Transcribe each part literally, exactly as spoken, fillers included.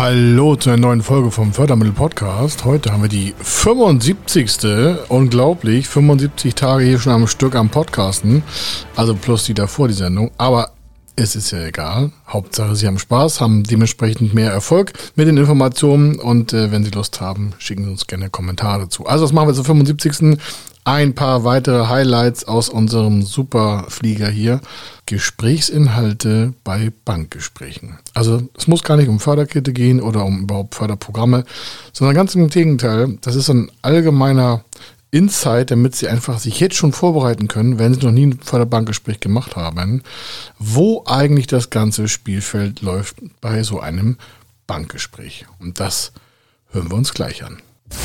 Hallo zu einer neuen Folge vom Fördermittel-Podcast. Heute haben wir die fünfundsiebzigste Unglaublich, fünfundsiebzig Tage hier schon am Stück am Podcasten. Also plus die davor, die Sendung. Aber es ist ja egal. Hauptsache, Sie haben Spaß, haben dementsprechend mehr Erfolg mit den Informationen. Und äh, wenn Sie Lust haben, schicken Sie uns gerne Kommentare dazu. Also das machen wir zur fünfundsiebzigsten Ein paar weitere Highlights aus unserem Superflieger hier. Gesprächsinhalte bei Bankgesprächen. Also es muss gar nicht um Förderkredite gehen oder um überhaupt Förderprogramme, sondern ganz im Gegenteil. Das ist ein allgemeiner Insight, damit Sie einfach sich jetzt schon vorbereiten können, wenn Sie noch nie ein Förderbankgespräch gemacht haben, wo eigentlich das ganze Spielfeld läuft bei so einem Bankgespräch. Und das hören wir uns gleich an.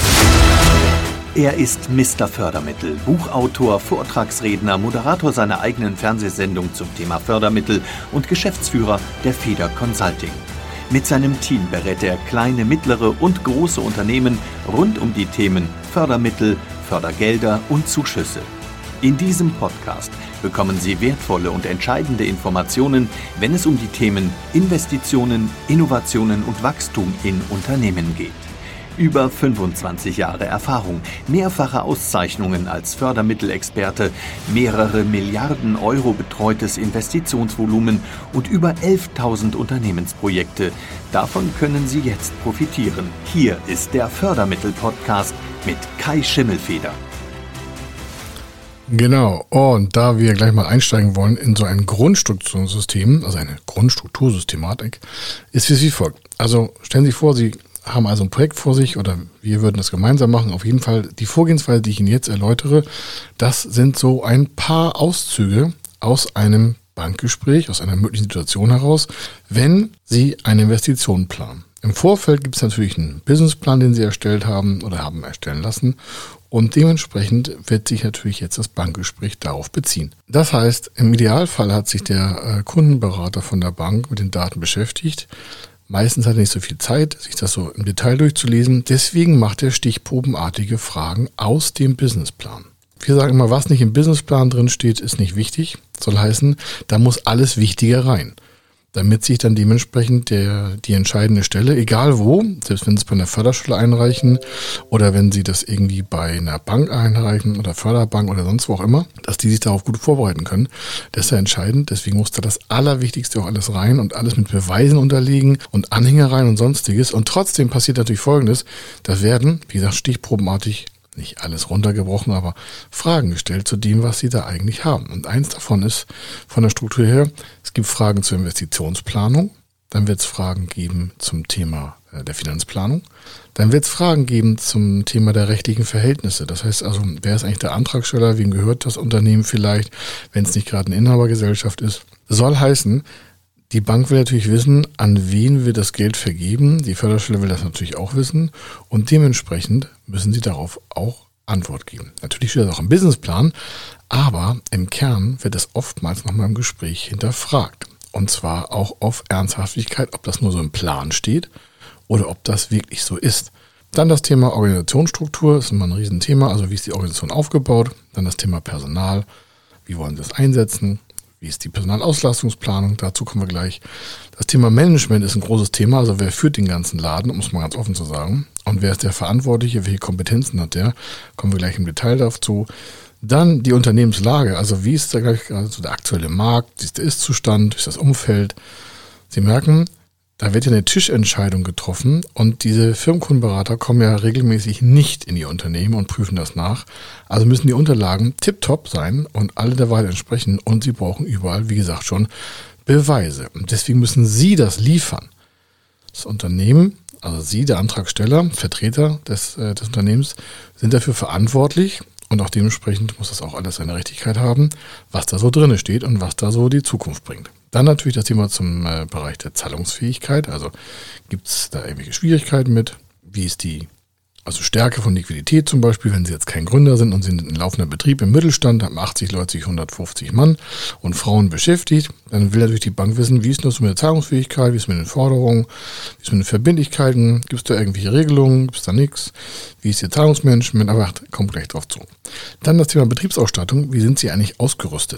Er ist Mister Fördermittel, Buchautor, Vortragsredner, Moderator seiner eigenen Fernsehsendung zum Thema Fördermittel und Geschäftsführer der Feder Consulting. Mit seinem Team berät er kleine, mittlere und große Unternehmen rund um die Themen Fördermittel, Fördergelder und Zuschüsse. In diesem Podcast bekommen Sie wertvolle und entscheidende Informationen, wenn es um die Themen Investitionen, Innovationen und Wachstum in Unternehmen geht. Über fünfundzwanzig Jahre Erfahrung, mehrfache Auszeichnungen als Fördermittelexperte, mehrere Milliarden Euro betreutes Investitionsvolumen und über elftausend Unternehmensprojekte. Davon können Sie jetzt profitieren. Hier ist der Fördermittel-Podcast mit Kai Schimmelfeder. Genau, und da wir gleich mal einsteigen wollen in so ein Grundstruktursystem, also eine Grundstruktursystematik, ist es wie folgt. Also stellen Sie sich vor, Sie haben also ein Projekt vor sich oder wir würden das gemeinsam machen. Auf jeden Fall die Vorgehensweise, die ich Ihnen jetzt erläutere, das sind so ein paar Auszüge aus einem Bankgespräch, aus einer möglichen Situation heraus, wenn Sie eine Investition planen. Im Vorfeld gibt es natürlich einen Businessplan, den Sie erstellt haben oder haben erstellen lassen und dementsprechend wird sich natürlich jetzt das Bankgespräch darauf beziehen. Das heißt, im Idealfall hat sich der Kundenberater von der Bank mit den Daten beschäftigt. Meistens hat er nicht so viel Zeit, sich das so im Detail durchzulesen. Deswegen macht er stichprobenartige Fragen aus dem Businessplan. Wir sagen immer, was nicht im Businessplan drin steht, ist nicht wichtig. Soll heißen, da muss alles Wichtige rein, damit sich dann dementsprechend der, die entscheidende Stelle, egal wo, selbst wenn Sie es bei einer Förderschule einreichen oder wenn Sie das irgendwie bei einer Bank einreichen oder Förderbank oder sonst wo auch immer, dass die sich darauf gut vorbereiten können. Das ist ja entscheidend, deswegen muss da das Allerwichtigste auch alles rein und alles mit Beweisen unterlegen und Anhängereien und Sonstiges. Und trotzdem passiert natürlich Folgendes, da werden, wie gesagt, stichprobenartig, nicht alles runtergebrochen, aber Fragen gestellt zu dem, was Sie da eigentlich haben. Und eins davon ist von der Struktur her, es gibt Fragen zur Investitionsplanung, dann wird es Fragen geben zum Thema der Finanzplanung, dann wird es Fragen geben zum Thema der rechtlichen Verhältnisse. Das heißt also, wer ist eigentlich der Antragsteller, wem gehört das Unternehmen vielleicht, wenn es nicht gerade eine Inhabergesellschaft ist. Soll heißen, die Bank will natürlich wissen, an wen wir das Geld vergeben. Die Förderstelle will das natürlich auch wissen. Und dementsprechend müssen sie darauf auch Antwort geben. Natürlich steht das auch im Businessplan, aber im Kern wird es oftmals nochmal im Gespräch hinterfragt. Und zwar auch auf Ernsthaftigkeit, ob das nur so im Plan steht oder ob das wirklich so ist. Dann das Thema Organisationsstruktur, das ist immer ein Riesenthema. Also wie ist die Organisation aufgebaut? Dann das Thema Personal, wie wollen Sie das einsetzen? Wie ist die Personalauslastungsplanung? Dazu kommen wir gleich. Das Thema Management ist ein großes Thema. Also wer führt den ganzen Laden, um es mal ganz offen zu sagen. Und wer ist der Verantwortliche? Welche Kompetenzen hat der? Kommen wir gleich im Detail dazu. Dann die Unternehmenslage. Also wie ist da gleich gerade so der aktuelle Markt? Wie ist der Ist-Zustand? Wie ist das Umfeld? Sie merken, da wird ja eine Tischentscheidung getroffen und diese Firmenkundenberater kommen ja regelmäßig nicht in ihr Unternehmen und prüfen das nach. Also müssen die Unterlagen tipptopp sein und alle derweil entsprechen und sie brauchen überall, wie gesagt, schon Beweise. Und deswegen müssen Sie das liefern. Das Unternehmen, also Sie, der Antragsteller, Vertreter des, äh, des Unternehmens, sind dafür verantwortlich und auch dementsprechend muss das auch alles seine Richtigkeit haben, was da so drin steht und was da so die Zukunft bringt. Dann natürlich das Thema zum äh, Bereich der Zahlungsfähigkeit. Also gibt es da irgendwelche Schwierigkeiten mit? Wie ist die also Stärke von Liquidität zum Beispiel, wenn Sie jetzt kein Gründer sind und sind ein laufender Betrieb im Mittelstand, haben achtzig Leute, hundertfünfzig Mann und Frauen beschäftigt, dann will natürlich die Bank wissen, wie ist das mit der Zahlungsfähigkeit, wie ist es mit den Forderungen, wie ist es mit den Verbindlichkeiten, gibt es da irgendwelche Regelungen, gibt es da nichts, wie ist Ihr Zahlungsmanagement, aber kommt gleich drauf zu. Dann das Thema Betriebsausstattung, wie sind Sie eigentlich ausgerüstet?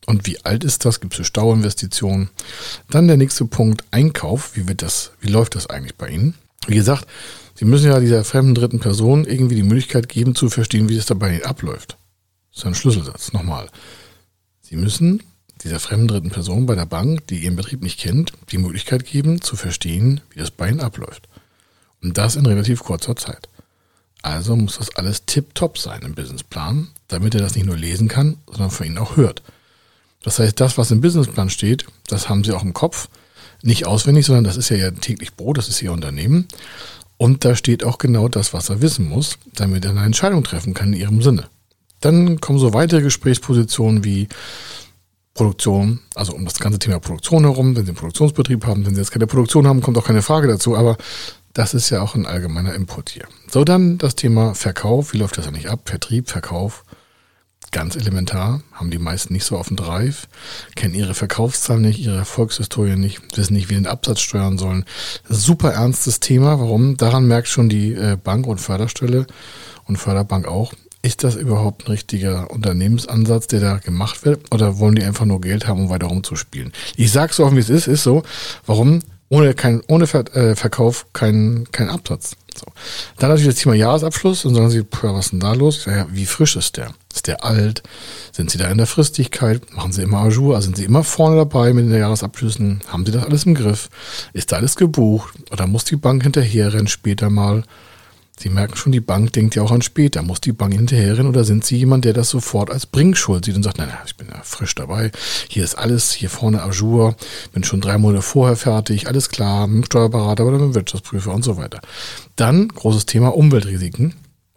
Und wie alt ist das? Gibt es Stauinvestitionen? Dann der nächste Punkt, Einkauf. Wie wird das, wie läuft das eigentlich bei Ihnen? Wie gesagt, Sie müssen ja dieser fremden dritten Person irgendwie die Möglichkeit geben, zu verstehen, wie das dabei abläuft. Das ist ein Schlüsselsatz. Nochmal. Sie müssen dieser fremden dritten Person bei der Bank, die Ihren Betrieb nicht kennt, die Möglichkeit geben, zu verstehen, wie das bei Ihnen abläuft. Und das in relativ kurzer Zeit. Also muss das alles tipptopp sein im Businessplan, damit er das nicht nur lesen kann, sondern von Ihnen auch hört. Das heißt, das, was im Businessplan steht, das haben Sie auch im Kopf. Nicht auswendig, sondern das ist ja Ihr täglich Brot, das ist Ihr Unternehmen. Und da steht auch genau das, was er wissen muss, damit er eine Entscheidung treffen kann in Ihrem Sinne. Dann kommen so weitere Gesprächspositionen wie Produktion, also um das ganze Thema Produktion herum. Wenn Sie einen Produktionsbetrieb haben, wenn Sie jetzt keine Produktion haben, kommt auch keine Frage dazu, aber das ist ja auch ein allgemeiner Input hier. So, dann das Thema Verkauf. Wie läuft das eigentlich ab? Vertrieb, Verkauf. Ganz elementar, haben die meisten nicht so auf dem Drive, kennen ihre Verkaufszahlen nicht, ihre Erfolgshistorie nicht, wissen nicht, wie sie den Absatz steuern sollen. Super ernstes Thema. Warum? Daran merkt schon die Bank und Förderstelle und Förderbank auch. Ist das überhaupt ein richtiger Unternehmensansatz, der da gemacht wird? Oder wollen die einfach nur Geld haben, um weiter rumzuspielen? Ich sage so, wie es ist, ist so. Warum? Ohne, kein, ohne Ver, äh, Verkauf kein, kein Absatz. So. Dann natürlich das Thema Jahresabschluss. Und sagen Sie, was ist denn da los? Ich sage, ja, wie frisch ist der? Ist der alt? Sind Sie da in der Fristigkeit? Machen Sie immer Ajour? Also sind Sie immer vorne dabei mit den Jahresabschlüssen? Haben Sie das alles im Griff? Ist da alles gebucht? Oder muss die Bank hinterherrennen später mal? Sie merken schon, die Bank denkt ja auch an später. Muss die Bank hinterherrennen oder sind Sie jemand, der das sofort als Bringschuld sieht und sagt, nein, ich bin ja frisch dabei. Hier ist alles, hier vorne Ajour, bin schon drei Monate vorher fertig, alles klar, mit dem Steuerberater oder mit dem Wirtschaftsprüfer und so weiter. Dann, großes Thema Umweltrisiken.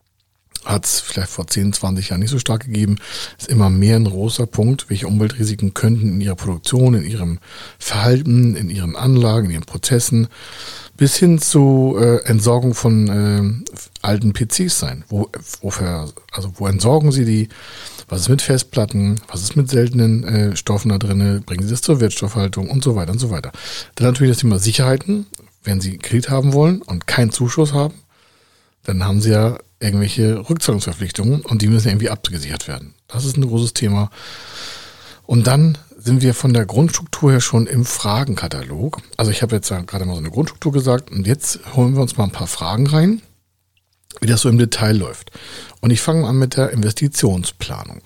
Hat es vielleicht vor zehn, zwanzig Jahren nicht so stark gegeben. Ist immer mehr ein großer Punkt, welche Umweltrisiken könnten in Ihrer Produktion, in Ihrem Verhalten, in Ihren Anlagen, in Ihren Prozessen bis hin zu äh, Entsorgung von äh, alten P Cs sein. Wo, wofür, also wo entsorgen Sie die? Was ist mit Festplatten? Was ist mit seltenen äh, Stoffen da drin? Bringen Sie das zur Wertstoffhaltung und so weiter und so weiter. Dann natürlich das Thema Sicherheiten. Wenn Sie Kredit haben wollen und keinen Zuschuss haben, dann haben Sie ja irgendwelche Rückzahlungsverpflichtungen und die müssen irgendwie abgesichert werden. Das ist ein großes Thema. Und dann sind wir von der Grundstruktur her schon im Fragenkatalog. Also ich habe jetzt ja gerade mal so eine Grundstruktur gesagt und jetzt holen wir uns mal ein paar Fragen rein, wie das so im Detail läuft. Und ich fange an mit der Investitionsplanung.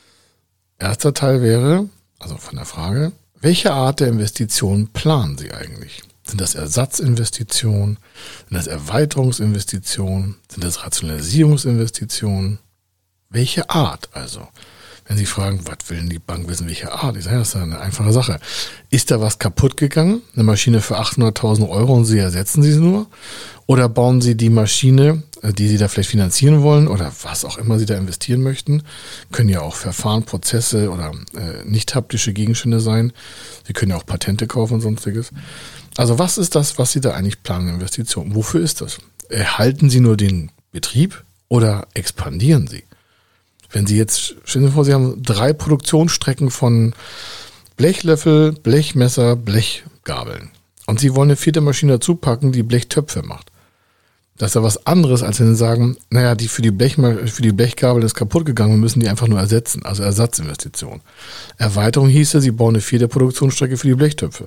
Erster Teil wäre, also von der Frage, welche Art der Investition planen Sie eigentlich? Sind das Ersatzinvestitionen? Sind das Erweiterungsinvestitionen? Sind das Rationalisierungsinvestitionen? Welche Art also? Wenn Sie fragen, was will denn die Bank wissen, welche Art? Ich sage, das ist eine einfache Sache. Ist da was kaputt gegangen? Eine Maschine für achthunderttausend Euro und Sie ersetzen sie nur? Oder bauen Sie die Maschine, die Sie da vielleicht finanzieren wollen oder was auch immer Sie da investieren möchten? Können ja auch Verfahren, Prozesse oder äh, nicht haptische Gegenstände sein. Sie können ja auch Patente kaufen und sonstiges. Also was ist das, was Sie da eigentlich planen, Investitionen? Wofür ist das? Erhalten Sie nur den Betrieb oder expandieren Sie? Wenn Sie jetzt, stellen Sie vor, Sie haben drei Produktionsstrecken von Blechlöffel, Blechmesser, Blechgabeln. Und Sie wollen eine vierte Maschine dazu packen, die Blechtöpfe macht. Das ist ja was anderes, als wenn Sie sagen, naja, die für die, Blech, für die Blechgabel ist kaputt gegangen, wir müssen die einfach nur ersetzen. Also Ersatzinvestition. Erweiterung hieße, Sie bauen eine vierte Produktionsstrecke für die Blechtöpfe.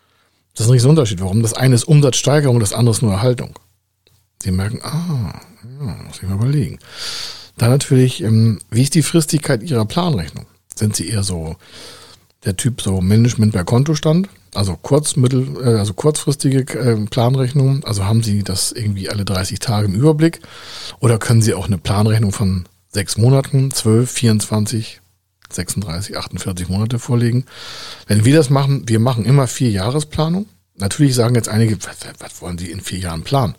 Das ist ein riesen Unterschied. Warum? Das eine ist Umsatzsteigerung, das andere ist nur Erhaltung. Sie merken, ah, ja, muss ich mal überlegen. Dann natürlich, wie ist die Fristigkeit Ihrer Planrechnung? Sind Sie eher so der Typ so Management bei Kontostand? Also kurz, mittel, also kurzfristige Planrechnung? Also haben Sie das irgendwie alle dreißig Tage im Überblick? Oder können Sie auch eine Planrechnung von sechs Monaten, zwölf, vierundzwanzig, sechsunddreißig, achtundvierzig Monate vorlegen? Wenn wir das machen, wir machen immer vier Jahresplanung. Natürlich sagen jetzt einige, was, was wollen Sie in vier Jahren planen?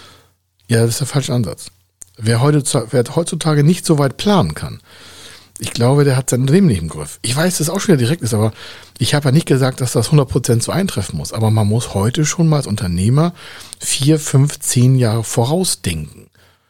Ja, das ist der falsche Ansatz. Wer, heute, wer heutzutage nicht so weit planen kann, ich glaube, der hat sein Unternehmen nicht im Griff. Ich weiß, dass es auch schon wieder direkt ist, aber ich habe ja nicht gesagt, dass das hundert Prozent so eintreffen muss. Aber man muss heute schon mal als Unternehmer vier, fünf, zehn Jahre vorausdenken.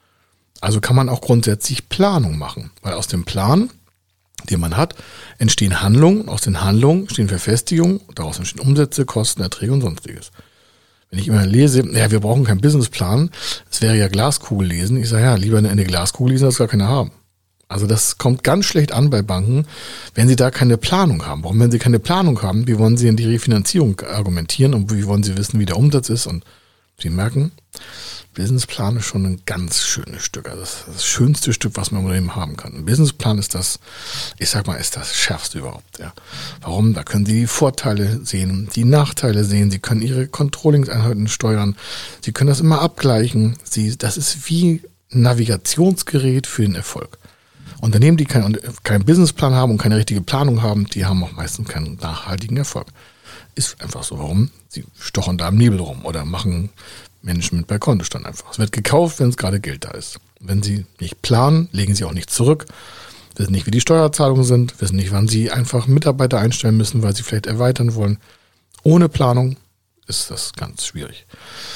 Also kann man auch grundsätzlich Planung machen. Weil aus dem Plan, den man hat, entstehen Handlungen. Aus den Handlungen entstehen Verfestigungen. Daraus entstehen Umsätze, Kosten, Erträge und sonstiges. Wenn ich immer lese, ja, wir brauchen keinen Businessplan, es wäre ja Glaskugel lesen. Ich sage, ja, lieber eine Glaskugel lesen, als gar keine haben. Also das kommt ganz schlecht an bei Banken, wenn sie da keine Planung haben. Warum, wenn sie keine Planung haben, wie wollen sie in die Refinanzierung argumentieren und wie wollen sie wissen, wie der Umsatz ist? Und sie merken, Businessplan ist schon ein ganz schönes Stück. Also das ist das schönste Stück, was man im Unternehmen haben kann. Ein Businessplan ist das, ich sag mal, ist das Schärfste überhaupt. Ja. Warum? Da können Sie die Vorteile sehen, die Nachteile sehen. Sie können Ihre Controlling-Einheiten steuern. Sie können das immer abgleichen. Sie, das ist wie ein Navigationsgerät für den Erfolg. Unternehmen, die keinen kein Businessplan haben und keine richtige Planung haben, die haben auch meistens keinen nachhaltigen Erfolg. Ist einfach so. Warum? Sie stochern da im Nebel rum oder machen Management bei Kontostand einfach. Es wird gekauft, wenn es gerade Geld da ist. Wenn Sie nicht planen, legen Sie auch nicht zurück, wissen nicht, wie die Steuerzahlungen sind, wissen nicht, wann Sie einfach Mitarbeiter einstellen müssen, weil Sie vielleicht erweitern wollen. Ohne Planung ist das ganz schwierig.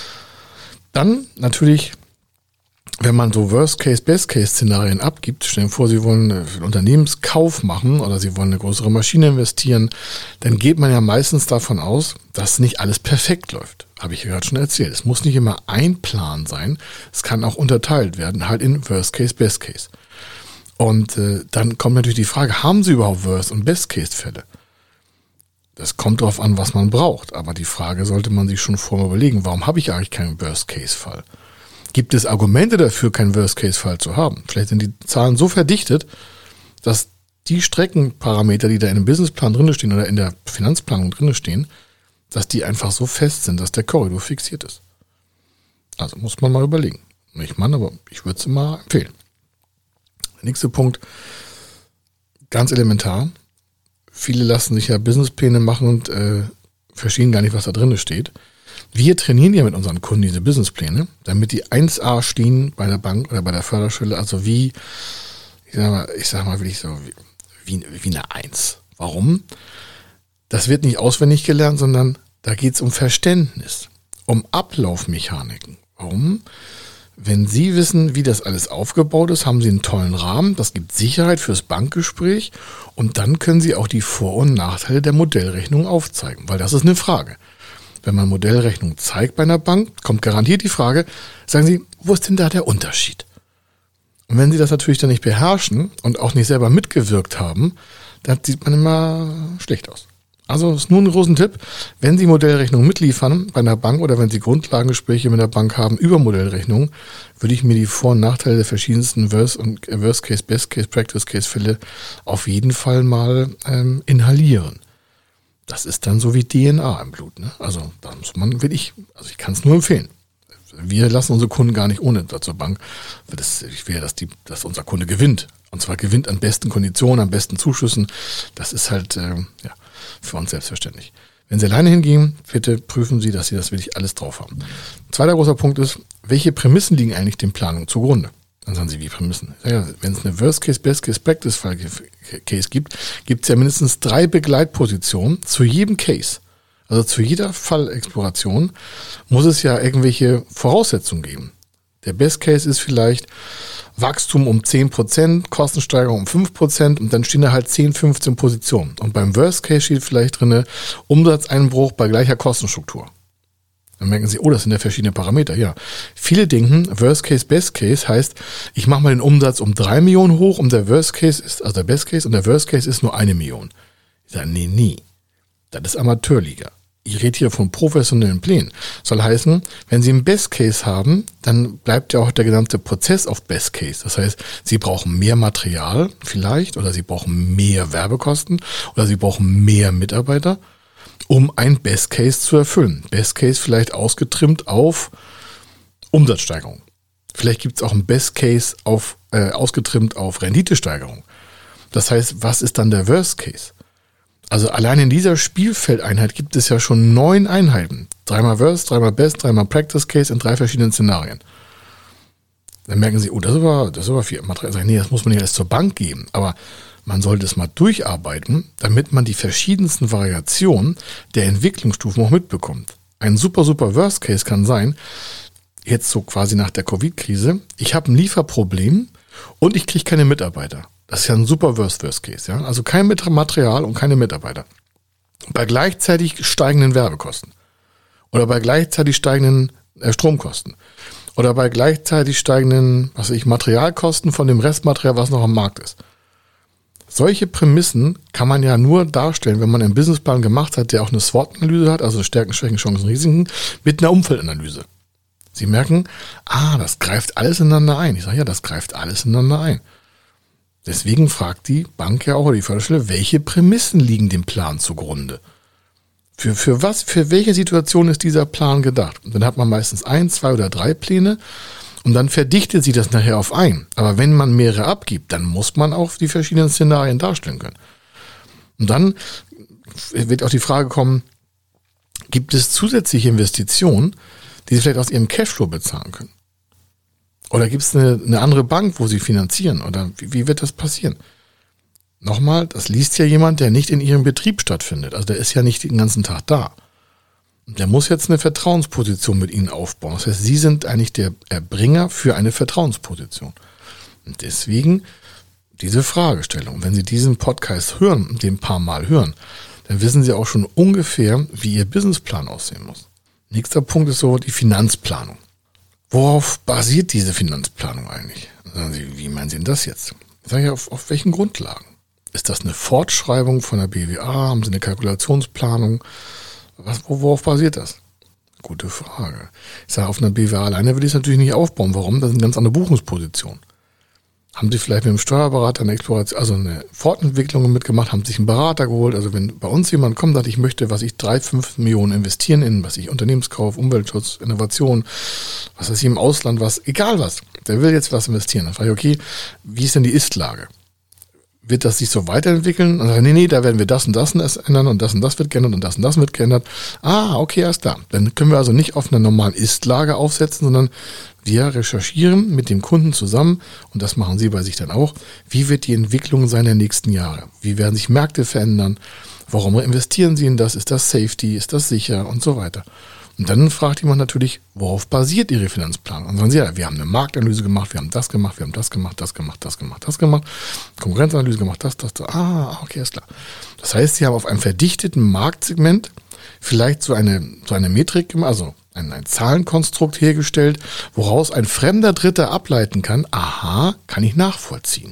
Dann natürlich, wenn man so Worst-Case-, Best-Case-Szenarien abgibt, stellen Sie vor, Sie wollen einen Unternehmenskauf machen oder Sie wollen eine größere Maschine investieren, dann geht man ja meistens davon aus, dass nicht alles perfekt läuft. Habe ich ja gerade schon erzählt. Es muss nicht immer ein Plan sein. Es kann auch unterteilt werden, halt in Worst-Case, Best-Case. Und äh, dann kommt natürlich die Frage, haben Sie überhaupt Worst- und Best-Case-Fälle? Das kommt darauf an, was man braucht. Aber die Frage sollte man sich schon vorher überlegen, warum habe ich eigentlich keinen Worst-Case-Fall? Gibt es Argumente dafür, keinen Worst-Case-Fall zu haben? Vielleicht sind die Zahlen so verdichtet, dass die Streckenparameter, die da in dem Businessplan drin stehen oder in der Finanzplanung drin stehen, dass die einfach so fest sind, dass der Korridor fixiert ist. Also muss man mal überlegen. Nicht man, aber ich würde es mal empfehlen. Der nächste Punkt, ganz elementar. Viele lassen sich ja Businesspläne machen und äh, verstehen gar nicht, was da drin steht. Wir trainieren ja mit unseren Kunden diese Businesspläne, damit die eins A stehen bei der Bank oder bei der Förderschule, also wie, ich sag mal, ich sag mal wirklich so, wie, wie eine Eins. Warum? Das wird nicht auswendig gelernt, sondern da geht es um Verständnis, um Ablaufmechaniken. Warum? Wenn Sie wissen, wie das alles aufgebaut ist, haben Sie einen tollen Rahmen, das gibt Sicherheit fürs Bankgespräch und dann können Sie auch die Vor- und Nachteile der Modellrechnung aufzeigen, weil das ist eine Frage. Wenn man Modellrechnung zeigt bei einer Bank, kommt garantiert die Frage, sagen Sie, wo ist denn da der Unterschied? Und wenn Sie das natürlich dann nicht beherrschen und auch nicht selber mitgewirkt haben, dann sieht man immer schlecht aus. Also ist nur ein großen Tipp, wenn Sie Modellrechnungen mitliefern bei einer Bank oder wenn Sie Grundlagengespräche mit der Bank haben über Modellrechnungen, würde ich mir die Vor- und Nachteile der verschiedensten Worst- und Worst-Case, Best-Case, Practice-Case-Fälle auf jeden Fall mal ähm, inhalieren. Das ist dann so wie D N A im Blut. Ne? Also da muss man, will ich, also ich kann es nur empfehlen. Wir lassen unsere Kunden gar nicht ohne zur Bank. Das, ich will ja, dass, die, dass unser Kunde gewinnt. Und zwar gewinnt an besten Konditionen, an besten Zuschüssen. Das ist halt äh, ja, für uns selbstverständlich. Wenn Sie alleine hingehen, bitte prüfen Sie, dass Sie das wirklich alles drauf haben. Ein zweiter großer Punkt ist, welche Prämissen liegen eigentlich den Planungen zugrunde? Dann sagen Sie, wie Prämissen? Ja, wenn es eine Worst-Case, Best-Case, Practice-Case gibt, gibt es ja mindestens drei Begleitpositionen zu jedem Case. Also zu jeder Fallexploration muss es ja irgendwelche Voraussetzungen geben. Der Best Case ist vielleicht Wachstum um zehn Prozent, Kostensteigerung um fünf Prozent und dann stehen da halt zehn, fünfzehn Positionen. Und beim Worst Case steht vielleicht drin Umsatzeinbruch bei gleicher Kostenstruktur. Dann merken Sie, oh, das sind ja verschiedene Parameter. Ja, viele denken, Worst Case, Best Case heißt, ich mache mal den Umsatz um drei Millionen hoch und der Worst Case ist, also der Best Case und der Worst Case ist nur eine Million. Ich sage, nee, nee, das ist Amateurliga. Ich rede hier von professionellen Plänen. Soll heißen, wenn Sie einen Best Case haben, dann bleibt ja auch der gesamte Prozess auf Best Case. Das heißt, Sie brauchen mehr Material vielleicht oder Sie brauchen mehr Werbekosten oder Sie brauchen mehr Mitarbeiter, um ein Best Case zu erfüllen. Best Case vielleicht ausgetrimmt auf Umsatzsteigerung. Vielleicht gibt es auch einen Best Case auf, äh, ausgetrimmt auf Renditesteigerung. Das heißt, was ist dann der Worst Case? Also allein in dieser Spielfeldeinheit gibt es ja schon neun Einheiten. Dreimal Worst, dreimal Best, dreimal Practice Case in drei verschiedenen Szenarien. Dann merken Sie, oh, das ist aber, das ist aber viel Material. Nee, das muss man nicht alles zur Bank geben. Aber man sollte es mal durcharbeiten, damit man die verschiedensten Variationen der Entwicklungsstufen auch mitbekommt. Ein super, super Worst Case kann sein, jetzt so quasi nach der Covid-Krise, ich habe ein Lieferproblem und ich kriege keine Mitarbeiter. Das ist ja ein super Worst-Worst-Case, ja. Also kein Material und keine Mitarbeiter. Bei gleichzeitig steigenden Werbekosten. Oder bei gleichzeitig steigenden äh, Stromkosten. Oder bei gleichzeitig steigenden, was weiß ich, Materialkosten von dem Restmaterial, was noch am Markt ist. Solche Prämissen kann man ja nur darstellen, wenn man einen Businessplan gemacht hat, der auch eine SWOT-Analyse hat, also Stärken, Schwächen, Chancen, Risiken, mit einer Umfeldanalyse. Sie merken, ah, das greift alles ineinander ein. Ich sage, ja, das greift alles ineinander ein. Deswegen fragt die Bank ja auch, oder die Förderstelle, welche Prämissen liegen dem Plan zugrunde? Für, für was, für welche Situation ist dieser Plan gedacht? Und dann hat man meistens ein, zwei oder drei Pläne und dann verdichtet sie das nachher auf ein. Aber wenn man mehrere abgibt, dann muss man auch die verschiedenen Szenarien darstellen können. Und dann wird auch die Frage kommen, gibt es zusätzliche Investitionen, die Sie vielleicht aus Ihrem Cashflow bezahlen können? Oder gibt es eine, eine andere Bank, wo Sie finanzieren? Oder wie, wie wird das passieren? Nochmal, das liest ja jemand, der nicht in Ihrem Betrieb stattfindet. Also der ist ja nicht den ganzen Tag da. Der muss jetzt eine Vertrauensposition mit Ihnen aufbauen. Das heißt, Sie sind eigentlich der Erbringer für eine Vertrauensposition. Und deswegen diese Fragestellung. Wenn Sie diesen Podcast hören, den ein paar Mal hören, dann wissen Sie auch schon ungefähr, wie Ihr Businessplan aussehen muss. Nächster Punkt ist so die Finanzplanung. Worauf basiert diese Finanzplanung eigentlich? Sagen Sie, wie meinen Sie denn das jetzt? Sag ich, auf, auf welchen Grundlagen? Ist das eine Fortschreibung von der B W A? Haben Sie eine Kalkulationsplanung? Was, worauf basiert das? Gute Frage. Ich sage, auf einer B W A alleine will ich es natürlich nicht aufbauen. Warum? Das sind ganz andere Buchungspositionen. Haben Sie vielleicht mit dem Steuerberater eine Exploration, also eine Fortentwicklung mitgemacht, haben sich einen Berater geholt. Also wenn bei uns jemand kommt, sagt, ich möchte, was ich drei, fünf Millionen investieren in, was ich Unternehmenskauf, Umweltschutz, Innovation, was weiß ich im Ausland, was, egal was, der will jetzt was investieren. Dann frage ich, okay, wie ist denn die Ist-Lage? Wird das sich so weiterentwickeln? Und dann sage ich, nee, nee, da werden wir das und das ändern und das und das wird geändert und das und das wird geändert. Ah, okay, alles klar. Dann können wir also nicht auf einer normalen Ist-Lage aufsetzen, sondern wir recherchieren mit dem Kunden zusammen, und das machen Sie bei sich dann auch, wie wird die Entwicklung sein der nächsten Jahre? Wie werden sich Märkte verändern? Warum investieren Sie in das? Ist das Safety? Ist das sicher? Und so weiter. Und dann fragt jemand natürlich, worauf basiert Ihre Finanzplanung? Und dann sagen Sie, ja, wir haben eine Marktanalyse gemacht, wir haben das gemacht, wir haben das gemacht, das gemacht, das gemacht, das gemacht, Konkurrenzanalyse gemacht, das, das, das. Ah, okay, ist klar. Das heißt, Sie haben auf einem verdichteten Marktsegment vielleicht so eine, so eine Metrik, also ein, ein Zahlenkonstrukt hergestellt, woraus ein fremder Dritter ableiten kann, aha, kann ich nachvollziehen.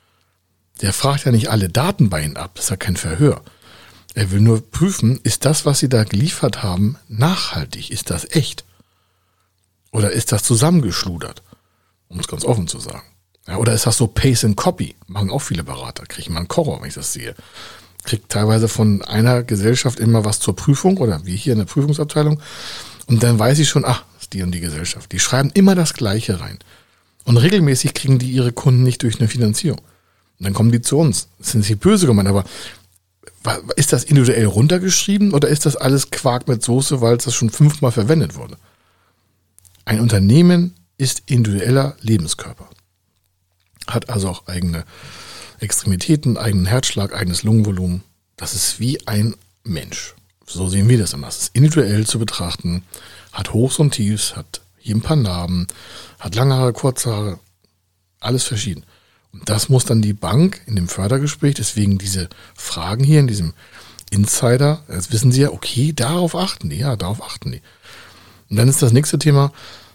Der fragt ja nicht alle Daten bei Ihnen ab, das ist ja kein Verhör. Er will nur prüfen, ist das, was Sie da geliefert haben, nachhaltig? Ist das echt? Oder ist das zusammengeschludert? Um es ganz offen zu sagen. Ja, oder ist das so Paste and Copy? Machen auch viele Berater. Kriege ich mal einen Horror, wenn ich das sehe. Kriegt teilweise von einer Gesellschaft immer was zur Prüfung oder wie hier in der Prüfungsabteilung. Und dann weiß ich schon, ach, das ist die und die Gesellschaft. Die schreiben immer das Gleiche rein. Und regelmäßig kriegen die ihre Kunden nicht durch eine Finanzierung. Und dann kommen die zu uns. Das sind nicht böse gemeint, aber ist das individuell runtergeschrieben oder ist das alles Quark mit Soße, weil es das schon fünfmal verwendet wurde? Ein Unternehmen ist individueller Lebenskörper. Hat also auch eigene Extremitäten, eigenen Herzschlag, eigenes Lungenvolumen. Das ist wie ein Mensch. So sehen wir das immer. Es ist individuell zu betrachten, hat Hochs und Tiefs, hat hier ein paar Narben, hat lange Haare, kurze Haare, alles verschieden. Und das muss dann die Bank in dem Fördergespräch, deswegen diese Fragen hier in diesem Insider, jetzt wissen Sie ja, okay, darauf achten die, ja, darauf achten die. Und dann ist das nächste Thema,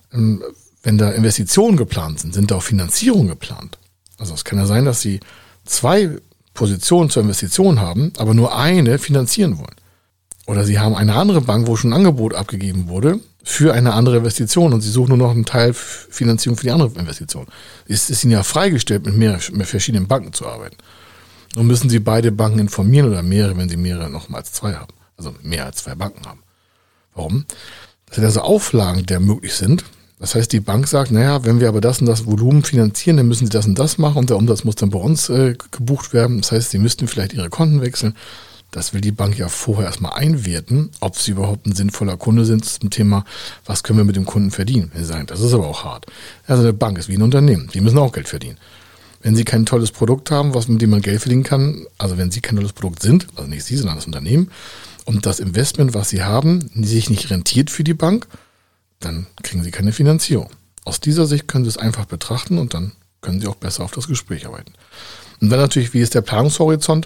wenn da Investitionen geplant sind, sind da auch Finanzierungen geplant. Also es kann ja sein, dass Sie zwei Positionen zur Investition haben, aber nur eine finanzieren wollen. Oder Sie haben eine andere Bank, wo schon ein Angebot abgegeben wurde für eine andere Investition und Sie suchen nur noch einen Teil Finanzierung für die andere Investition. Es ist Ihnen ja freigestellt, mit mehr, mit verschiedenen Banken zu arbeiten. Nun müssen Sie beide Banken informieren oder mehrere, wenn Sie mehrere noch mal als zwei haben. Also mehr als zwei Banken haben. Warum? Das sind also Auflagen, die möglich sind. Das heißt, die Bank sagt, naja, wenn wir aber das und das Volumen finanzieren, dann müssen Sie das und das machen und der Umsatz muss dann bei uns äh, gebucht werden. Das heißt, Sie müssten vielleicht Ihre Konten wechseln. Das will die Bank ja vorher erstmal einwerten, ob sie überhaupt ein sinnvoller Kunde sind zum Thema, was können wir mit dem Kunden verdienen. Wenn sie sagen, das ist aber auch hart. Also eine Bank ist wie ein Unternehmen, die müssen auch Geld verdienen. Wenn sie kein tolles Produkt haben, was mit dem man Geld verdienen kann, also wenn sie kein tolles Produkt sind, also nicht sie, sondern das Unternehmen, und das Investment, was sie haben, sich nicht rentiert für die Bank, dann kriegen sie keine Finanzierung. Aus dieser Sicht können sie es einfach betrachten und dann können sie auch besser auf das Gespräch arbeiten. Und dann natürlich, wie ist der Planungshorizont?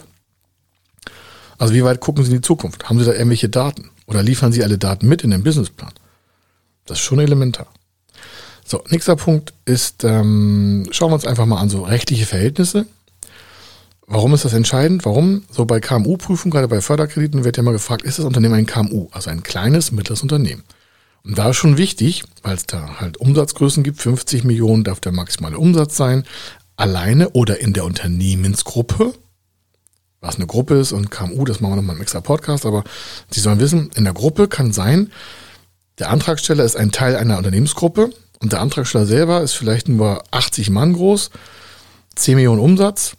Also wie weit gucken Sie in die Zukunft? Haben Sie da irgendwelche Daten? Oder liefern Sie alle Daten mit in den Businessplan? Das ist schon elementar. So, nächster Punkt ist, ähm, schauen wir uns einfach mal an, so rechtliche Verhältnisse. Warum ist das entscheidend? Warum? So bei K M U-Prüfungen, gerade bei Förderkrediten, wird ja mal gefragt, ist das Unternehmen ein K M U, also ein kleines, mittleres Unternehmen? Und da ist schon wichtig, weil es da halt Umsatzgrößen gibt, fünfzig Millionen darf der maximale Umsatz sein, alleine oder in der Unternehmensgruppe. Was eine Gruppe ist und K M U, das machen wir nochmal im extra Podcast, aber Sie sollen wissen, in der Gruppe kann sein, der Antragsteller ist ein Teil einer Unternehmensgruppe und der Antragsteller selber ist vielleicht nur achtzig Mann groß, zehn Millionen Umsatz,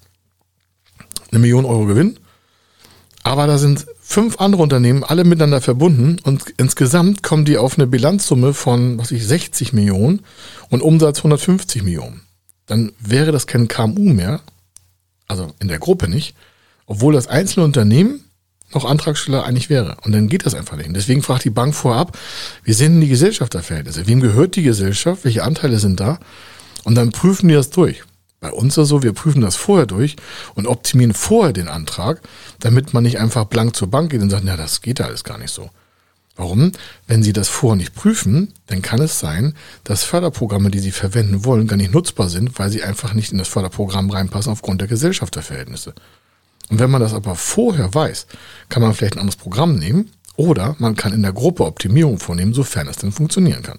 eine Million Euro Gewinn, aber da sind fünf andere Unternehmen, alle miteinander verbunden und insgesamt kommen die auf eine Bilanzsumme von, was weiß ich, sechzig Millionen und Umsatz hundertfünfzig Millionen. Dann wäre das kein K M U mehr, also in der Gruppe nicht, obwohl das einzelne Unternehmen noch Antragsteller eigentlich wäre. Und dann geht das einfach nicht. Und deswegen fragt die Bank vorab, wie sind denn die Gesellschafterverhältnisse? Wem gehört die Gesellschaft? Welche Anteile sind da? Und dann prüfen die das durch. Bei uns ist das so, wir prüfen das vorher durch und optimieren vorher den Antrag, damit man nicht einfach blank zur Bank geht und sagt, na, das geht alles gar nicht so. Warum? Wenn Sie das vorher nicht prüfen, dann kann es sein, dass Förderprogramme, die Sie verwenden wollen, gar nicht nutzbar sind, weil sie einfach nicht in das Förderprogramm reinpassen aufgrund der Gesellschafterverhältnisse. Und wenn man das aber vorher weiß, kann man vielleicht ein anderes Programm nehmen oder man kann in der Gruppe Optimierung vornehmen, sofern es denn funktionieren kann.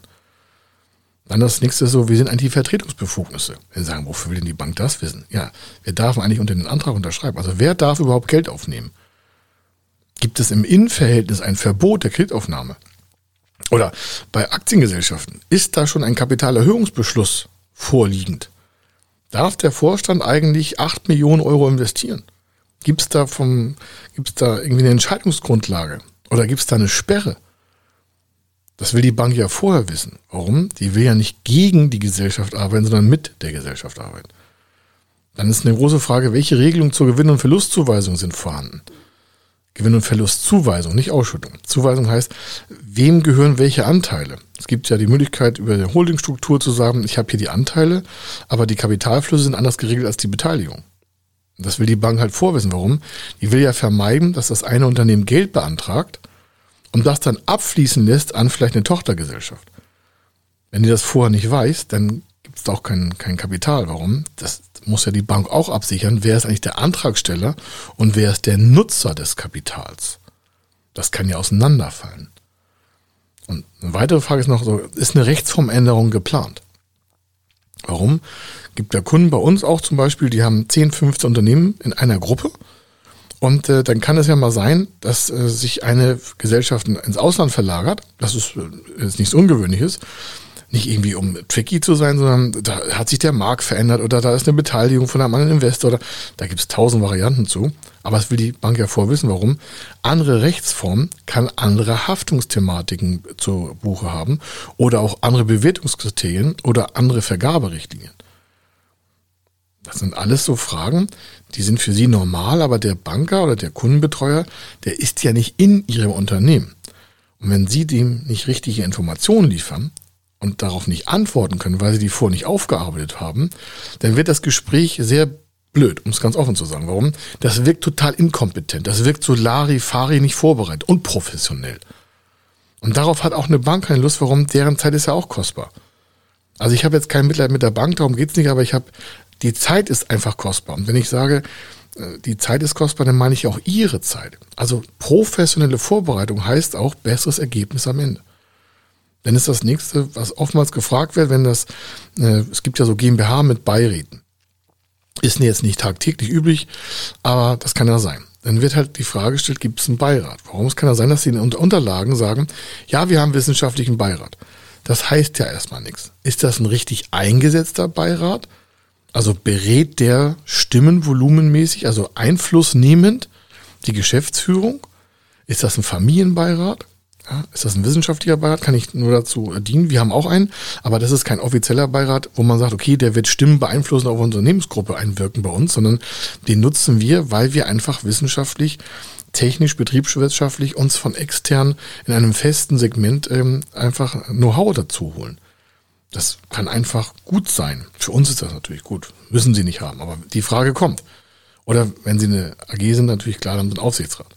Dann das nächste so, wie sind eigentlich die Vertretungsbefugnisse? Wenn Sie sagen, wofür will denn die Bank das wissen? Ja, wer darf eigentlich unter den Antrag unterschreiben? Also wer darf überhaupt Geld aufnehmen? Gibt es im Innenverhältnis ein Verbot der Kreditaufnahme? Oder bei Aktiengesellschaften, ist da schon ein Kapitalerhöhungsbeschluss vorliegend? Darf der Vorstand eigentlich acht Millionen Euro investieren? Gibt es da vom, gibt's da irgendwie eine Entscheidungsgrundlage? Oder gibt es da eine Sperre? Das will die Bank ja vorher wissen. Warum? Die will ja nicht gegen die Gesellschaft arbeiten, sondern mit der Gesellschaft arbeiten. Dann ist eine große Frage, welche Regelungen zur Gewinn- und Verlustzuweisung sind vorhanden? Gewinn- und Verlustzuweisung, nicht Ausschüttung. Zuweisung heißt, wem gehören welche Anteile? Es gibt ja die Möglichkeit, über die Holdingstruktur zu sagen, ich habe hier die Anteile, aber die Kapitalflüsse sind anders geregelt als die Beteiligung. Das will die Bank halt vorwissen. Warum? Die will ja vermeiden, dass das eine Unternehmen Geld beantragt und das dann abfließen lässt an vielleicht eine Tochtergesellschaft. Wenn die das vorher nicht weiß, dann gibt es da auch kein, kein Kapital. Warum? Das muss ja die Bank auch absichern. Wer ist eigentlich der Antragsteller und wer ist der Nutzer des Kapitals? Das kann ja auseinanderfallen. Und eine weitere Frage ist noch so, ist eine Rechtsformänderung geplant? Warum? Gibt ja Kunden bei uns auch zum Beispiel, die haben zehn, fünfzehn Unternehmen in einer Gruppe und äh, dann kann es ja mal sein, dass äh, sich eine Gesellschaft ins Ausland verlagert. Das ist, äh, ist nichts Ungewöhnliches. Nicht irgendwie um tricky zu sein, sondern da hat sich der Markt verändert oder da ist eine Beteiligung von einem anderen Investor oder da gibt es tausend Varianten zu. Aber das will die Bank ja vorwissen, warum. Andere Rechtsformen kann andere Haftungsthematiken zu Buche haben oder auch andere Bewertungskriterien oder andere Vergaberichtlinien. Das sind alles so Fragen, die sind für Sie normal, aber der Banker oder der Kundenbetreuer, der ist ja nicht in Ihrem Unternehmen. Und wenn Sie dem nicht richtige Informationen liefern und darauf nicht antworten können, weil Sie die vorher nicht aufgearbeitet haben, dann wird das Gespräch sehr blöd, um es ganz offen zu sagen. Warum? Das wirkt total inkompetent, das wirkt so Larifari, nicht vorbereitet, unprofessionell. Und darauf hat auch eine Bank keine Lust, warum? Deren Zeit ist ja auch kostbar. Also ich habe jetzt kein Mitleid mit der Bank, darum geht's nicht, aber ich habe die Zeit ist einfach kostbar. Und wenn ich sage, die Zeit ist kostbar, dann meine ich auch Ihre Zeit. Also professionelle Vorbereitung heißt auch besseres Ergebnis am Ende. Dann ist das nächste, was oftmals gefragt wird, wenn das, äh, es gibt ja so GmbH mit Beiräten. Ist jetzt nicht tagtäglich üblich, aber das kann ja sein. Dann wird halt die Frage gestellt, gibt es einen Beirat? Warum? Es kann ja sein, dass Sie in den Unterlagen sagen, ja, wir haben wissenschaftlichen Beirat. Das heißt ja erstmal nichts. Ist das ein richtig eingesetzter Beirat? Also berät der stimmenvolumenmäßig, also einflussnehmend die Geschäftsführung? Ist das ein Familienbeirat? Ja, ist das ein wissenschaftlicher Beirat? Kann ich nur dazu dienen? Wir haben auch einen, aber das ist kein offizieller Beirat, wo man sagt, okay, der wird Stimmen beeinflussen auf unsere Unternehmensgruppe einwirken bei uns, sondern den nutzen wir, weil wir einfach wissenschaftlich, technisch, betriebswirtschaftlich uns von extern in einem festen Segment ähm, einfach Know-how dazu holen. Das kann einfach gut sein. Für uns ist das natürlich gut. Müssen Sie nicht haben, aber die Frage kommt. Oder wenn Sie eine A G sind, natürlich klar, dann sind Aufsichtsrat.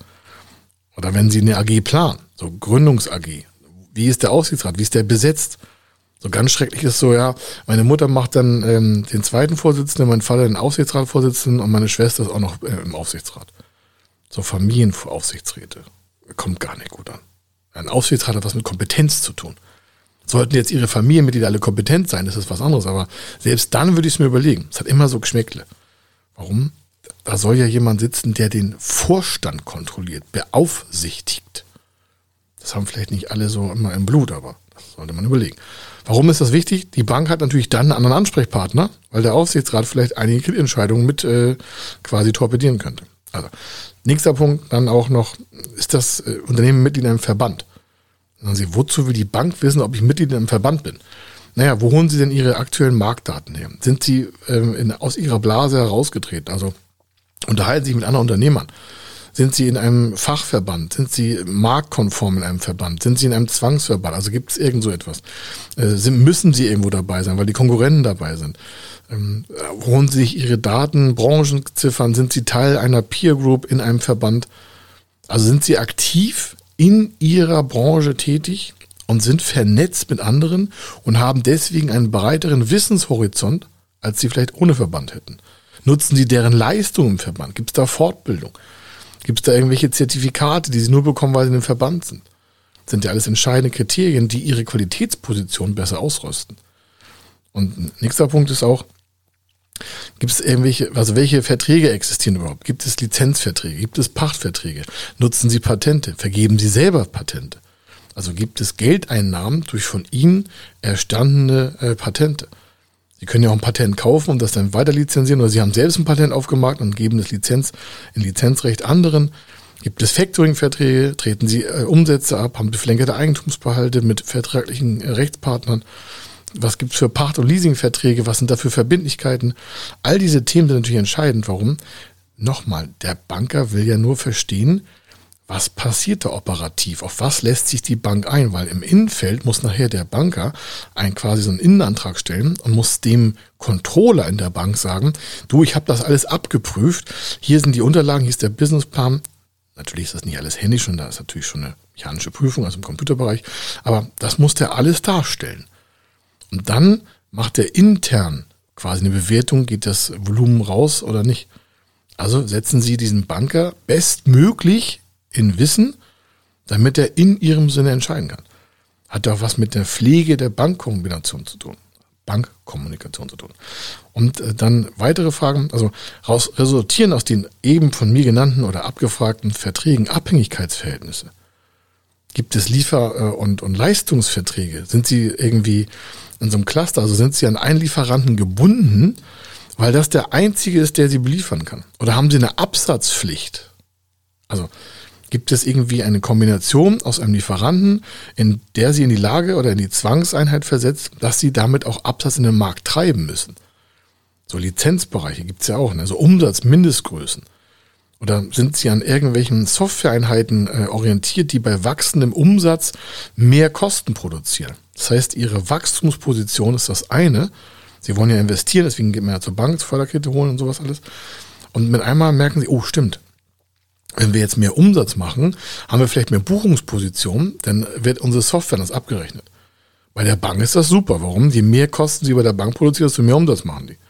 Oder wenn Sie eine A G planen, so Gründungs-A G. Wie ist der Aufsichtsrat? Wie ist der besetzt? So ganz schrecklich ist so, ja, meine Mutter macht dann ähm, den zweiten Vorsitzenden, mein Vater den Aufsichtsratsvorsitzenden und meine Schwester ist auch noch äh, im Aufsichtsrat. So Familienaufsichtsräte. Kommt gar nicht gut an. Ein Aufsichtsrat hat was mit Kompetenz zu tun. Sollten jetzt ihre Familienmitglieder alle kompetent sein, das ist was anderes, aber selbst dann würde ich es mir überlegen. Es hat immer so Geschmäckle. Warum? Da soll ja jemand sitzen, der den Vorstand kontrolliert, beaufsichtigt. Das haben vielleicht nicht alle so immer im Blut, aber das sollte man überlegen. Warum ist das wichtig? Die Bank hat natürlich dann einen anderen Ansprechpartner, weil der Aufsichtsrat vielleicht einige Kreditentscheidungen mit äh, quasi torpedieren könnte. Also, nächster Punkt, dann auch noch, ist das äh, Unternehmen Mitglied in einem Verband? Dann sagen Sie, wozu will die Bank wissen, ob ich Mitglied in einem Verband bin? Naja, wo holen Sie denn Ihre aktuellen Marktdaten her? Sind Sie ähm, in, aus Ihrer Blase herausgetreten? Also unterhalten Sie sich mit anderen Unternehmern? Sind Sie in einem Fachverband? Sind Sie marktkonform in einem Verband? Sind Sie in einem Zwangsverband? Also gibt es irgend so etwas? Äh, sind, müssen Sie irgendwo dabei sein, weil die Konkurrenten dabei sind? Ähm, holen Sie sich Ihre Daten, Branchenziffern? Sind Sie Teil einer Peer Group in einem Verband? Also sind Sie aktiv in Ihrer Branche tätig und sind vernetzt mit anderen und haben deswegen einen breiteren Wissenshorizont, als Sie vielleicht ohne Verband hätten? Nutzen Sie deren Leistung im Verband? Gibt es da Fortbildung? Gibt es da irgendwelche Zertifikate, die Sie nur bekommen, weil Sie in einem Verband sind? Das sind ja alles entscheidende Kriterien, die Ihre Qualitätsposition besser ausrüsten. Und nächster Punkt ist auch, gibt es irgendwelche, also welche Verträge existieren überhaupt? Gibt es Lizenzverträge? Gibt es Pachtverträge? Nutzen Sie Patente? Vergeben Sie selber Patente? Also gibt es Geldeinnahmen durch von Ihnen erstandene äh, Patente? Sie können ja auch ein Patent kaufen und das dann weiter lizenzieren oder Sie haben selbst ein Patent aufgemacht und geben das Lizenz in Lizenzrecht anderen. Gibt es Factoring-Verträge? Treten Sie äh, Umsätze ab? Haben Sie verlängerte Eigentumsbehalte mit vertraglichen äh, Rechtspartnern? Was gibt es für Pacht- und Leasingverträge? Was sind da für Verbindlichkeiten? All diese Themen sind natürlich entscheidend. Warum? Nochmal, der Banker will ja nur verstehen, was passiert da operativ? Auf was lässt sich die Bank ein? Weil im Innenfeld muss nachher der Banker ein quasi so einen Innenantrag stellen und muss dem Controller in der Bank sagen, du, ich habe das alles abgeprüft, hier sind die Unterlagen, hier ist der Businessplan. Natürlich ist das nicht alles händisch und da ist natürlich schon eine mechanische Prüfung, also im Computerbereich, aber das muss der alles darstellen. Und dann macht er intern quasi eine Bewertung, geht das Volumen raus oder nicht. Also setzen Sie diesen Banker bestmöglich in Wissen, damit er in Ihrem Sinne entscheiden kann. Hat auch was mit der Pflege der Bankkombination zu tun. Bankkommunikation zu tun. Und äh, dann weitere Fragen, also raus, resultieren aus den eben von mir genannten oder abgefragten Verträgen Abhängigkeitsverhältnisse. Gibt es Liefer- und, und Leistungsverträge? Sind Sie irgendwie in so einem Cluster, also sind Sie an einen Lieferanten gebunden, weil das der einzige ist, der Sie beliefern kann? Oder haben Sie eine Absatzpflicht? Also gibt es irgendwie eine Kombination aus einem Lieferanten, in der Sie in die Lage oder in die Zwangseinheit versetzt, dass Sie damit auch Absatz in den Markt treiben müssen? So Lizenzbereiche gibt es ja auch, ne? So Umsatzmindestgrößen. Oder sind Sie an irgendwelchen Softwareeinheiten äh, orientiert, die bei wachsendem Umsatz mehr Kosten produzieren? Das heißt, Ihre Wachstumsposition ist das eine. Sie wollen ja investieren, deswegen geht man ja zur Bank, Förderkredite holen und sowas alles. Und mit einmal merken Sie, oh stimmt, wenn wir jetzt mehr Umsatz machen, haben wir vielleicht mehr Buchungspositionen, dann wird unsere Software das abgerechnet. Bei der Bank ist das super. Warum? Je mehr Kosten Sie bei der Bank produzieren, desto mehr Umsatz machen die.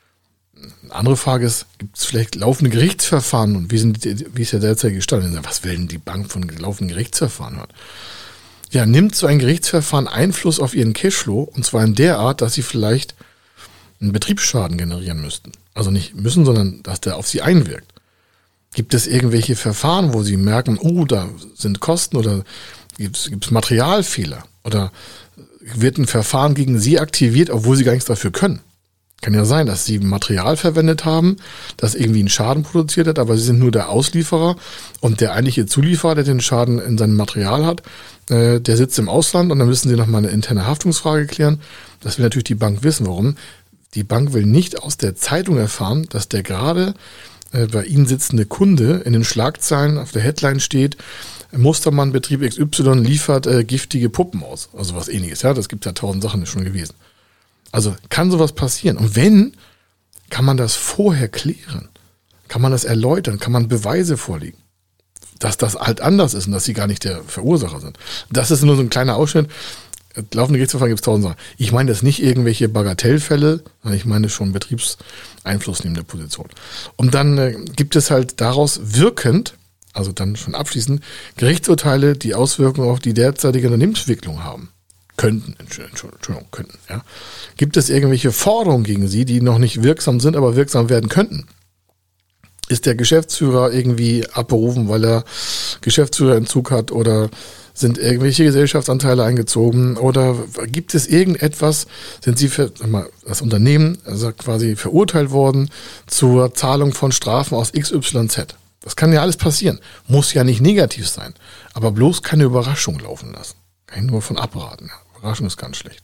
Eine andere Frage ist, gibt es vielleicht laufende Gerichtsverfahren und wie, sind die, wie ist der derzeitige Stand? Was will denn die Bank von laufenden Gerichtsverfahren hören? Ja, nimmt so ein Gerichtsverfahren Einfluss auf Ihren Cashflow und zwar in der Art, dass Sie vielleicht einen Betriebsschaden generieren müssten. Also nicht müssen, sondern dass der auf Sie einwirkt. Gibt es irgendwelche Verfahren, wo Sie merken, oh, da sind Kosten oder gibt es Materialfehler oder wird ein Verfahren gegen Sie aktiviert, obwohl Sie gar nichts dafür können? Kann ja sein, dass Sie Material verwendet haben, das irgendwie einen Schaden produziert hat, aber Sie sind nur der Auslieferer und der eigentliche Zulieferer, der den Schaden in seinem Material hat, äh, der sitzt im Ausland und dann müssen Sie nochmal eine interne Haftungsfrage klären. Das will natürlich die Bank wissen. Warum? Die Bank will nicht aus der Zeitung erfahren, dass der gerade äh, bei Ihnen sitzende Kunde in den Schlagzeilen auf der Headline steht, Mustermann Betrieb X Y liefert äh, giftige Puppen aus. Also was ähnliches. Ja, das gibt ja tausend Sachen schon gewesen. Also kann sowas passieren. Und wenn, kann man das vorher klären? Kann man das erläutern? Kann man Beweise vorlegen? Dass das halt anders ist und dass sie gar nicht der Verursacher sind. Das ist nur so ein kleiner Ausschnitt. laufende Gerichtsverfahren gibt es tausend Sachen. Ich meine das nicht irgendwelche Bagatellfälle, sondern ich meine schon betriebseinflussnehmende Position. Und dann äh, gibt es halt daraus wirkend, also dann schon abschließend, Gerichtsurteile, die Auswirkungen auf die derzeitige Unternehmensentwicklung haben. Könnten, Entschuldigung, könnten, ja. Gibt es irgendwelche Forderungen gegen Sie, die noch nicht wirksam sind, aber wirksam werden könnten? Ist der Geschäftsführer irgendwie abberufen, weil er Geschäftsführerentzug hat, oder sind irgendwelche Gesellschaftsanteile eingezogen, oder gibt es irgendetwas, sind Sie für das Unternehmen also quasi verurteilt worden zur Zahlung von Strafen aus X Y Z? Das kann ja alles passieren. Muss ja nicht negativ sein, aber bloß keine Überraschung laufen lassen. Kann ich nur von abraten. Ja. Überraschung ist ganz schlecht.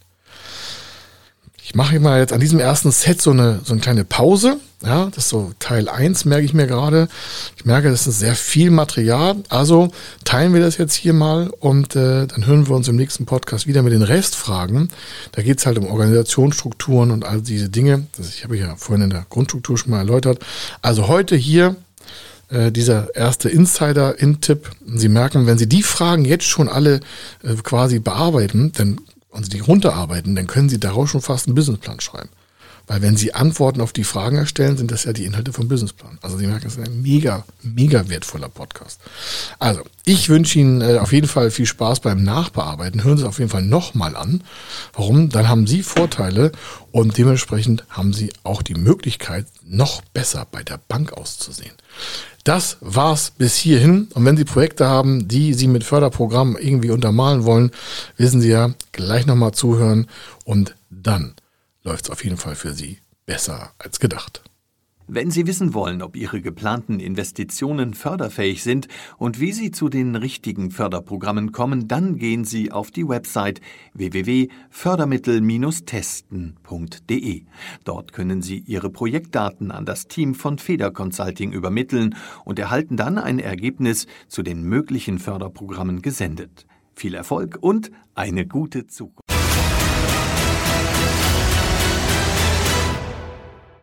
Ich mache mal jetzt an diesem ersten Set so eine, so eine kleine Pause. Ja, das ist so Teil eins, merke ich mir gerade. Ich merke, das ist sehr viel Material. Also teilen wir das jetzt hier mal und äh, dann hören wir uns im nächsten Podcast wieder mit den Restfragen. Da geht es halt um Organisationsstrukturen und all diese Dinge. Das ich habe ja vorhin in der Grundstruktur schon mal erläutert. Also heute hier äh, dieser erste Insider-In-Tipp. Sie merken, wenn Sie die Fragen jetzt schon alle äh, quasi bearbeiten, dann und Sie die runterarbeiten, dann können Sie daraus schon fast einen Businessplan schreiben. Weil wenn Sie Antworten auf die Fragen erstellen, sind das ja die Inhalte vom Businessplan. Also Sie merken, das ist ein mega, mega wertvoller Podcast. Also, ich wünsche Ihnen äh, auf jeden Fall viel Spaß beim Nachbearbeiten. Hören Sie es auf jeden Fall nochmal an. Warum? Dann haben Sie Vorteile und dementsprechend haben Sie auch die Möglichkeit, noch besser bei der Bank auszusehen. Das war's bis hierhin. Und wenn Sie Projekte haben, die Sie mit Förderprogrammen irgendwie untermalen wollen, wissen Sie ja, gleich nochmal zuhören und dann läuft's auf jeden Fall für Sie besser als gedacht. Wenn Sie wissen wollen, ob Ihre geplanten Investitionen förderfähig sind und wie Sie zu den richtigen Förderprogrammen kommen, dann gehen Sie auf die Website w w w punkt fördermittel Bindestrich testen punkt d e. Dort können Sie Ihre Projektdaten an das Team von Feder Consulting übermitteln und erhalten dann ein Ergebnis zu den möglichen Förderprogrammen gesendet. Viel Erfolg und eine gute Zukunft.